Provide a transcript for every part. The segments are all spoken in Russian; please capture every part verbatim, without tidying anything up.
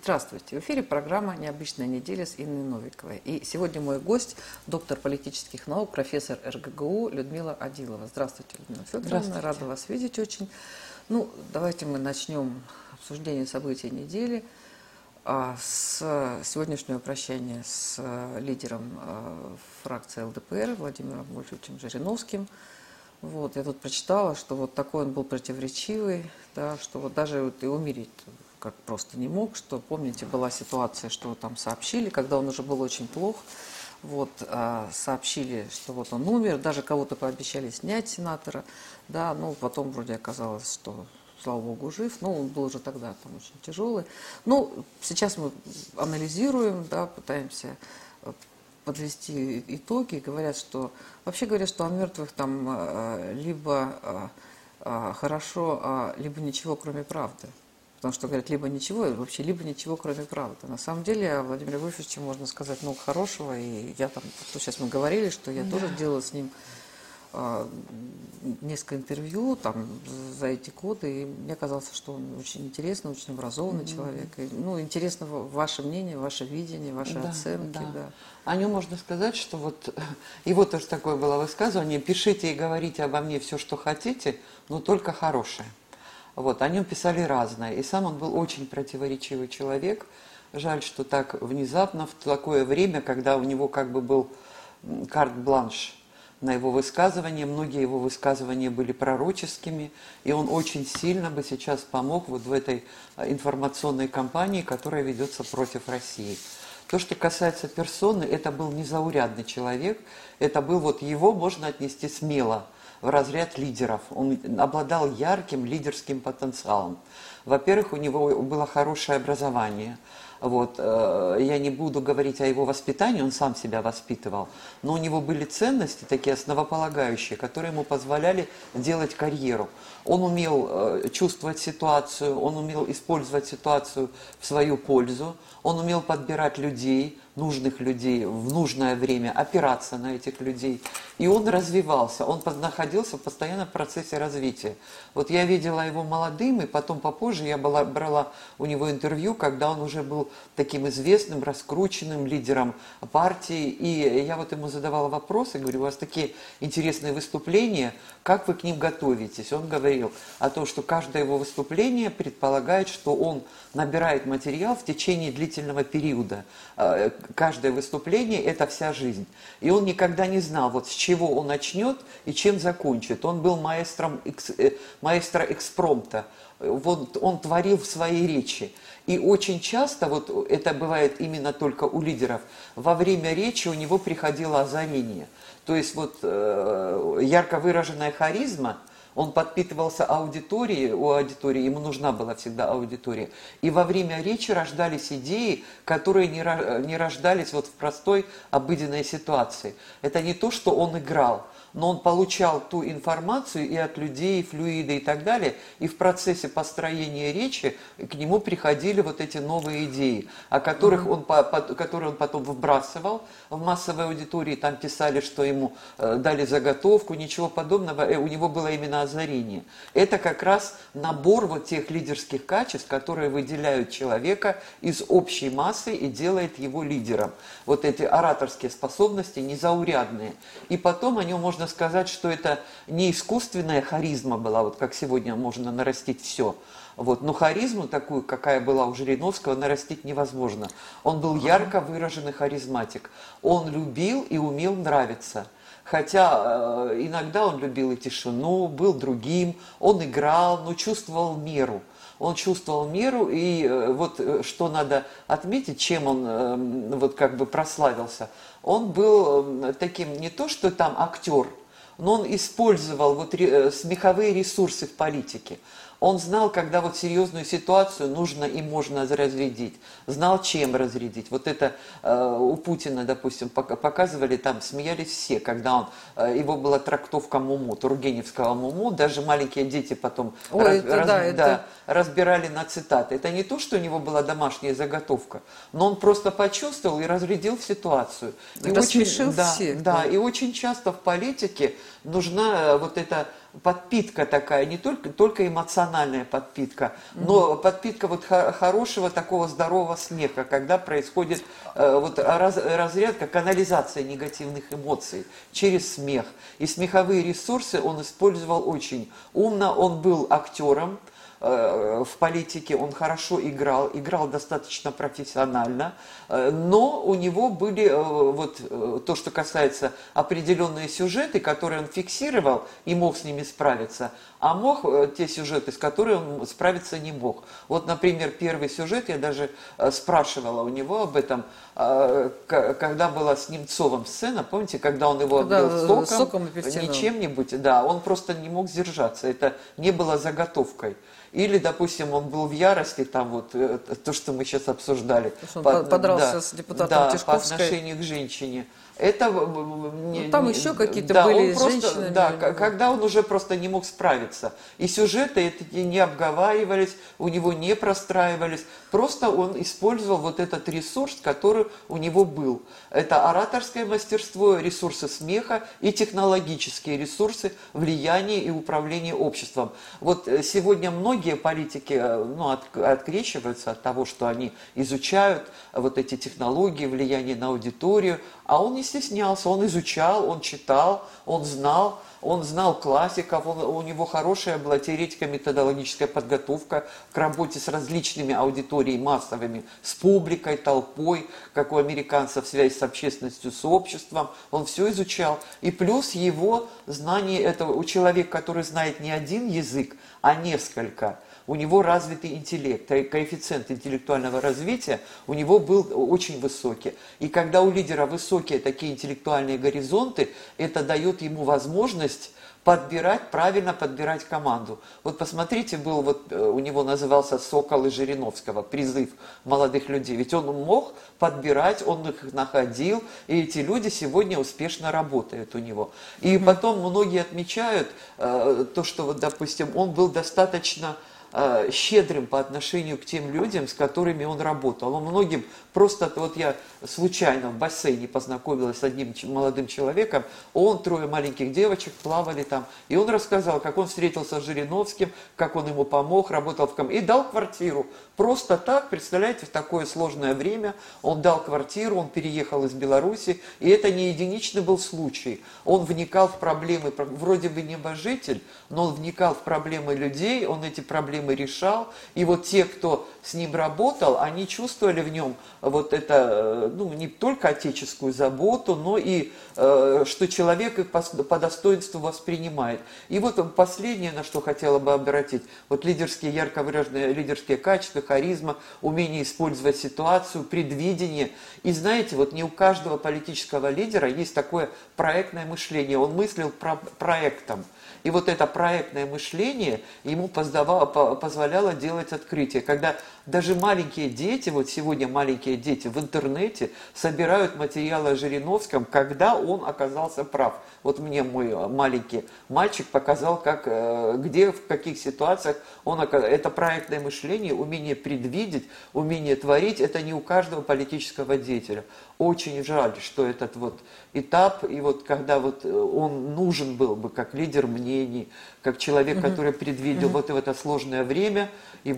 Здравствуйте. В эфире программа «Необычная неделя» с Инной Новиковой. И сегодня мой гость, доктор политических наук, профессор эр гэ гэ у Людмила Одилова. Здравствуйте, Людмила Федоровна. Рада вас видеть очень. Ну, давайте мы начнем обсуждение событий недели а, с сегодняшнего прощания с а, лидером а, фракции эл дэ пэ эр Владимиром Вольфовичем Жириновским. Вот, я тут прочитала, что вот такой он был противоречивый, да, что вот даже вот и умереть как просто не мог, что, помните, была ситуация, что там сообщили, когда он уже был очень плох, вот, а, сообщили, что вот он умер, даже кого-то пообещали снять сенатора, да, ну, потом вроде оказалось, что, слава богу, жив, но он был уже тогда там очень тяжелый. Ну, сейчас мы анализируем, да, пытаемся подвести итоги, говорят, что, вообще говорят, что о мертвых там либо хорошо, либо ничего, кроме правды. Потому что говорят, либо ничего, вообще либо ничего, кроме правды. На самом деле о Владимире Вольфовиче можно сказать много хорошего. И я там, то сейчас мы говорили, что я да. тоже делала с ним а, несколько интервью там за эти годы. И мне казалось, что он очень интересный, очень образованный mm-hmm. человек. И, ну, интересно ваше мнение, ваше видение, ваши да, оценки. Да. Да. О нем можно сказать, что вот его тоже такое было высказывание: пишите и говорите обо мне все, что хотите, но только хорошее. Вот, о нем писали разное. И сам он был очень противоречивый человек. Жаль, что так внезапно, в такое время, когда у него как бы был карт-бланш на его высказывания, многие его высказывания были пророческими, и он очень сильно бы сейчас помог вот в этой информационной кампании, которая ведется против России. То, что касается персоны, это был незаурядный человек, это был вот его можно отнести смело в разряд лидеров. Он обладал ярким лидерским потенциалом. Во-первых, у него было хорошее образование. Вот. Я не буду говорить о его воспитании, он сам себя воспитывал, но у него были ценности такие основополагающие, которые ему позволяли делать карьеру. Он умел чувствовать ситуацию, он умел использовать ситуацию в свою пользу, он умел подбирать людей, нужных людей в нужное время, опираться на этих людей. И он развивался, он находился постоянно в процессе развития. Вот я видела его молодым, и потом попозже я была, брала у него интервью, когда он уже был таким известным, раскрученным лидером партии. И я вот ему задавала вопросы, говорю, у вас такие интересные выступления, как вы к ним готовитесь? Он говорил о том, что каждое его выступление предполагает, что он набирает материал в течение длительного периода. Каждое выступление – это вся жизнь. И он никогда не знал, вот с чего он начнет и чем закончит. Он был маэстром, маэстро экспромта. Вот он творил в своей речи. И очень часто, вот это бывает именно только у лидеров, во время речи у него приходило озарение. То есть вот э, ярко выраженная харизма, он подпитывался аудиторией, у аудитории, ему нужна была всегда аудитория. И во время речи рождались идеи, которые не, не рождались вот в простой обыденной ситуации. Это не то, что он играл, но он получал ту информацию и от людей, флюиды и так далее, и в процессе построения речи к нему приходили вот эти новые идеи, о которых он, которые он потом вбрасывал в массовой аудитории, там писали, что ему дали заготовку, ничего подобного, у него было именно озарение. Это как раз набор вот тех лидерских качеств, которые выделяют человека из общей массы и делает его лидером. Вот эти ораторские способности незаурядные. И потом о нем можно сказать, что это не искусственная харизма была, вот как сегодня можно нарастить все. Вот. Но харизму такую, какая была у Жириновского, нарастить невозможно. Он был ярко выраженный харизматик. Он любил и умел нравиться. Хотя э, иногда он любил и тишину, был другим, он играл, но чувствовал меру. Он чувствовал меру, и э, вот э, что надо отметить, чем он э, вот как бы прославился. Он был э, таким, не то что там актер, но он использовал вот ре, смеховые ресурсы в политике. Он знал, когда вот серьезную ситуацию нужно и можно разрядить. Знал, чем разрядить. Вот это э, у Путина, допустим, показывали, там смеялись все, когда он, э, его была трактовка Муму, Тургеневского Муму, даже маленькие дети потом Ой, раз, это, раз, да, да, это... разбирали на цитаты. Это не то, что у него была домашняя заготовка, но он просто почувствовал и разрядил ситуацию. И рассмешил очень, да, всех. Да, да, и очень часто в политике нужна вот эта подпитка такая, не только, только эмоциональная подпитка, но mm-hmm. подпитка вот хорошего такого здорового смеха, когда происходит э, вот раз, разрядка, канализация негативных эмоций через смех. И смеховые ресурсы он использовал очень умно, он был актером в политике, он хорошо играл, играл достаточно профессионально, но у него были вот то, что касается определенные сюжеты, которые он фиксировал и мог с ними справиться, а мог те сюжеты, с которыми он справиться не мог. Вот, например, первый сюжет, я даже спрашивала у него об этом, когда была с Немцовым сцена, помните, когда он его когда отбил соком, соком не чем-нибудь, да, он просто не мог сдержаться, это не было заготовкой. Или, допустим, он был в ярости, там вот то, что мы сейчас обсуждали. Он по, подрался да, с депутатом да, Тишковской. По отношению к женщине. Это не, ну, там не, еще какие-то да, были он просто, женщины. Да, когда он уже просто не мог справиться. И сюжеты эти не обговаривались, у него не простраивались. Просто он использовал вот этот ресурс, который у него был. Это ораторское мастерство, ресурсы смеха и технологические ресурсы влияния и управления обществом. Вот сегодня многие политики ну, от, открещиваются от того, что они изучают вот эти технологии, влияние на аудиторию, а он не стеснялся, он изучал, он читал, он знал, он знал классиков, он, у него хорошая была теоретико-методологическая подготовка к работе с различными аудиториями массовыми, с публикой, толпой, как у американцев связь с общественностью, с обществом, он все изучал. И плюс его знание этого, у человека, который знает не один язык, а несколько, у него развитый интеллект, коэффициент интеллектуального развития у него был очень высокий. И когда у лидера высокие такие интеллектуальные горизонты, это дает ему возможность подбирать, правильно подбирать команду. Вот посмотрите, был вот у него назывался «Сокол» из Жириновского, призыв молодых людей. Ведь он мог подбирать, он их находил, и эти люди сегодня успешно работают у него. И потом многие отмечают э, то, что, вот, допустим, он был достаточно щедрым по отношению к тем людям, с которыми он работал. Он многим просто, вот я случайно в бассейне познакомилась с одним молодым человеком, он, трое маленьких девочек плавали там, и он рассказал, как он встретился с Жириновским, как он ему помог, работал в ком... и дал квартиру. Просто так, представляете, в такое сложное время он дал квартиру, он переехал из Беларуси, и это не единичный был случай. Он вникал в проблемы, вроде бы небожитель, но он вникал в проблемы людей, он эти проблемы решал, и вот те, кто с ним работал, они чувствовали в нем вот это, ну, не только отеческую заботу, но и э, что человек их по, по достоинству воспринимает. И вот последнее, на что хотела бы обратить, вот лидерские, ярко выраженные лидерские качества, харизма, умение использовать ситуацию, предвидение. И знаете, вот не у каждого политического лидера есть такое проектное мышление, он мыслил про, проектом. И вот это проектное мышление ему позволяло делать открытия. Когда даже маленькие дети, вот сегодня маленькие дети в интернете собирают материалы о Жириновском, когда он оказался прав. Вот мне мой маленький мальчик показал, как, где, в каких ситуациях он оказался. Это проектное мышление, умение предвидеть, умение творить, это не у каждого политического деятеля. Очень жаль, что этот вот этап, и вот когда вот он нужен был бы как лидер мнений, как человек, uh-huh. который предвидел uh-huh. вот в это сложное время,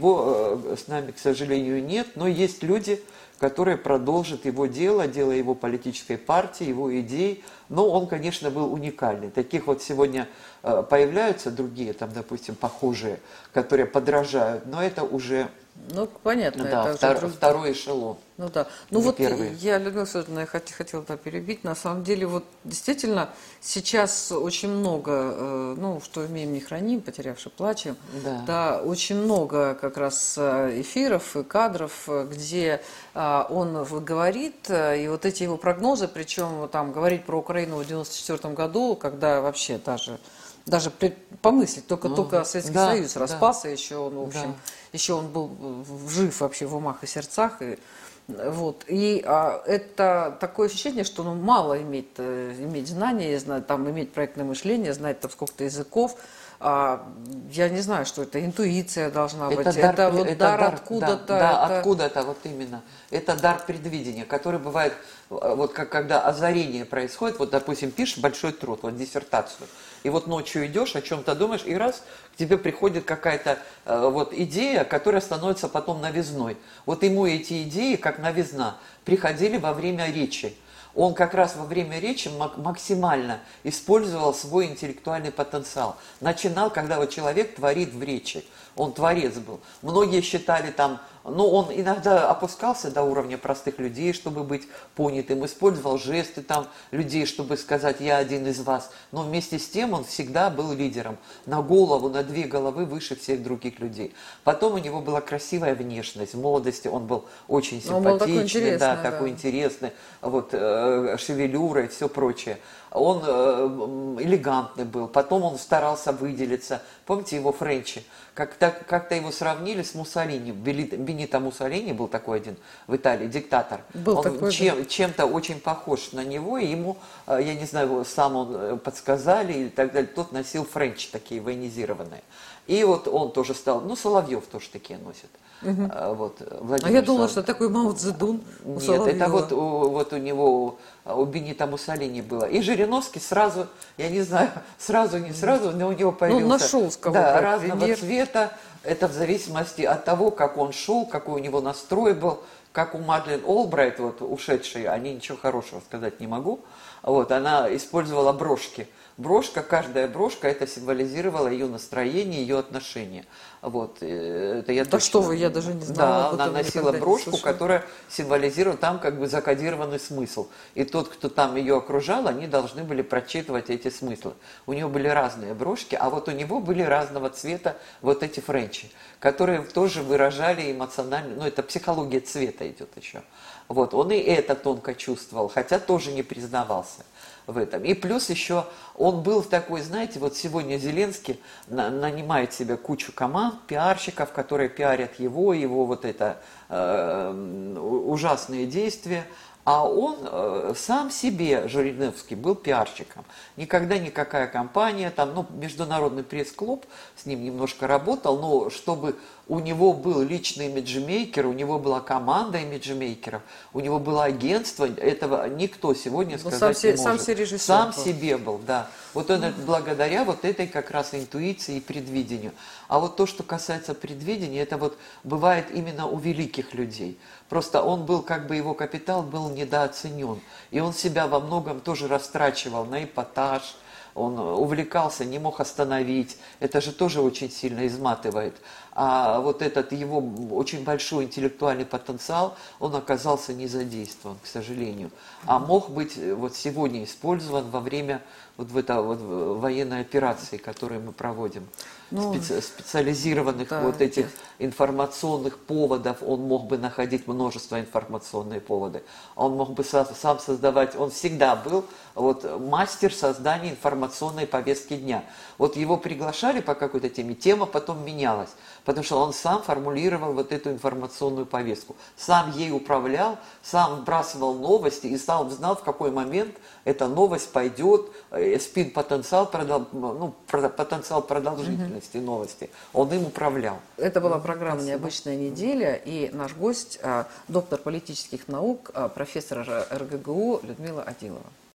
его э, с нами, к сожалению, нет, но есть люди, которые продолжат его дело, дело его политической партии, его идей, но он, конечно, был уникальный. Таких вот сегодня э, появляются другие, там, допустим, похожие, которые подражают, но это уже... Ну, понятно. Да, это втор, друг... второй эшелон. Ну да. Ну вот первый. я, Людмила Федоровна, я хот- хотела бы перебить. На самом деле, вот действительно, сейчас очень много, э, ну, что имеем, не храним, потерявши плачем. Да. Да, очень много как раз эфиров и кадров, где э, он вот говорит, и вот эти его прогнозы, причем там говорить про Украину в девяносто четвёртом году, когда вообще даже... Даже помыслить, только, ну, только Советский да, Союз распался, да, еще он, в общем, да. еще он был жив вообще в умах и сердцах. И, вот. и а, это такое ощущение, что ну, мало иметь, иметь знания, знать, там, иметь проектное мышление, знать там сколько-то языков. а, я не знаю, что это, интуиция должна Это быть, дар, это вот это дар, дар откуда-то. Да, да это... откуда-то, вот именно. Это дар предвидения, который бывает, вот как когда озарение происходит, вот, допустим, пишешь большой труд, вот диссертацию, и вот ночью идешь, о чем-то думаешь, и раз к тебе приходит какая-то э, вот идея, которая становится потом новизной. Вот ему эти идеи, как новизна, приходили во время речи. Он как раз во время речи максимально использовал свой интеллектуальный потенциал. Начинал, когда вот человек творит в речи. Он творец был. Многие считали там, ну он иногда опускался до уровня простых людей, чтобы быть понятым, использовал жесты там людей, чтобы сказать «я один из вас». Но вместе с тем он всегда был лидером. На голову, на две головы выше всех других людей. Потом у него была красивая внешность. В молодости он был очень симпатичный, да, такой да. интересный, вот, э, шевелюра и все прочее. Он э, элегантный был, потом он старался выделиться. Помните его Френчи? Как-то, как-то его сравнили с Муссолини. Бенито Муссолини был такой один в Италии, диктатор. Был он такой, чем, да. чем-то очень похож на него, и ему, э, я не знаю, сам он подсказали и так далее. Тот носил Френчи такие военизированные. И вот он тоже стал, ну Соловьев тоже такие носит. Угу. А, вот, а я думала, что такой Мао Цзэдун у Нет, Соловьева. это вот у, вот у него, у Бенита Муссолини было. И Жириновский сразу, я не знаю, сразу, не сразу, но у него появился... Ну, нашел с кого, да, как разного пример. цвета. Это в зависимости от того, как он шел, какой у него настрой был. Как у Мадлен Олбрайт, вот ушедшей, о ней ничего хорошего сказать не могу. Вот, она использовала брошки. Брошка, каждая брошка, это символизировало ее настроение, ее отношения. Вот, это я да точно... что вы, я даже не знала. Да, она носила брошку, которая символизировала там как бы закодированный смысл. И тот, кто там ее окружал, они должны были прочитывать эти смыслы. У нее были разные брошки, а вот у него были разного цвета вот эти френчи, которые тоже выражали эмоционально, ну это психология цвета идет еще. Вот, он и это тонко чувствовал, хотя тоже не признавался в этом. И плюс еще он был такой, знаете, вот сегодня Зеленский на, нанимает себе кучу команд, пиарщиков, которые пиарят его, его вот это э, ужасные действия. А он э, сам себе, Жириновский, был пиарщиком. Никогда никакая компания, там, ну, международный пресс-клуб с ним немножко работал, но чтобы у него был личный имиджмейкер, у него была команда имиджмейкеров, у него было агентство, этого никто сегодня сказать сам не се, может. Сам себе режиссер Сам был. себе был, да. Вот он благодаря вот этой как раз интуиции и предвидению. А вот то, что касается предвидения, это вот бывает именно у великих людей. Просто он был, как бы его капитал был недооценен. И он себя во многом тоже растрачивал на эпатаж, он увлекался, не мог остановить. Это же тоже очень сильно изматывает. А вот этот его очень большой интеллектуальный потенциал, он оказался не задействован, к сожалению. А мог быть вот сегодня использован во время вот в этой вот военной операции, которую мы проводим. Ну, Специ специализированных да, вот этих информационных поводов, он мог бы находить множество информационных поводов. Он мог бы сам создавать, он всегда был вот мастер создания информационной повестки дня. Вот его приглашали по какой-то теме, тема потом менялась, потому что он сам формулировал вот эту информационную повестку, сам ей управлял, сам вбрасывал новости и сам знал, в какой момент эта новость пойдет, спин-потенциал, ну, потенциал продолжительности. Новости. Он им управлял. Это была программа «Необычная неделя», и наш гость, доктор политических наук, профессор эр гэ гэ у Людмила Адилова.